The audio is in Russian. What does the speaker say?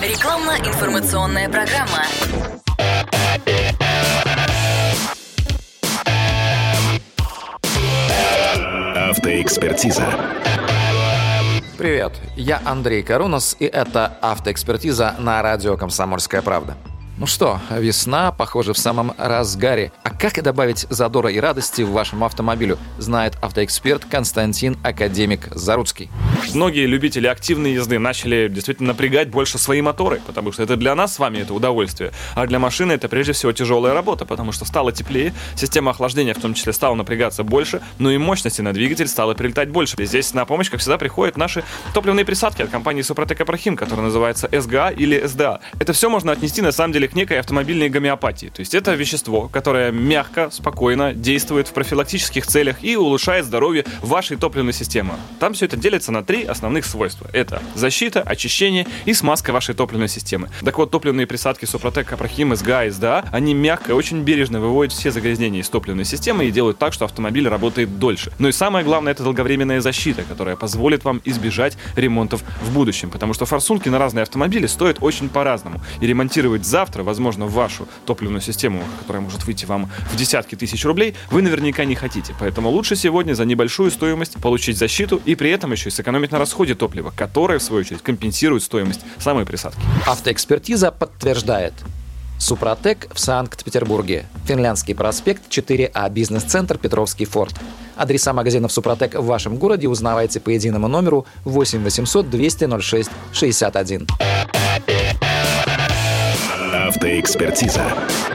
Рекламно-информационная программа. Автоэкспертиза. Привет, я Андрей Карунос, и это «Автоэкспертиза» на радио «Комсомольская правда». Ну что, весна, похоже, в самом разгаре. А как добавить задора и радости в вашему автомобилю, знает автоэксперт Константин Академик Заруцкий. Многие любители активной езды начали действительно напрягать больше свои моторы, потому что это для нас с вами это удовольствие, а для машины это прежде всего тяжелая работа, потому что стало теплее, система охлаждения в том числе стала напрягаться больше, но и мощности на двигатель стало прилетать больше. И здесь на помощь, как всегда, приходят наши топливные присадки от компании Супротек Апрахим, которая называется СГА или СДА. Это все можно отнести на самом деле к некой автомобильной гомеопатии. То есть это вещество, которое мягко, спокойно действует в профилактических целях и улучшает здоровье вашей топливной системы. Там все это делится на 3 основных свойства. Это защита, очищение и смазка вашей топливной системы. Так вот, топливные присадки Супротек Апрахим, СГА и СДА, они мягко и очень бережно выводят все загрязнения из топливной системы и делают так, что автомобиль работает дольше. Но и самое главное, это долговременная защита, которая позволит вам избежать ремонтов в будущем. Потому что форсунки на разные автомобили стоят очень по-разному. И ремонтировать завтра, возможно, вашу топливную систему, которая может выйти вам в десятки тысяч рублей, вы наверняка не хотите. Поэтому лучше сегодня за небольшую стоимость получить защиту и при этом еще и сэкономить на расходе топлива, которое, в свою очередь, компенсирует стоимость самой присадки. Автоэкспертиза подтверждает. Супротек в Санкт-Петербурге. Финляндский проспект, 4А, бизнес-центр Петровский форт. Адреса магазинов Супротек в вашем городе узнавайте по единому номеру 8 800 200 06 61. Автоэкспертиза.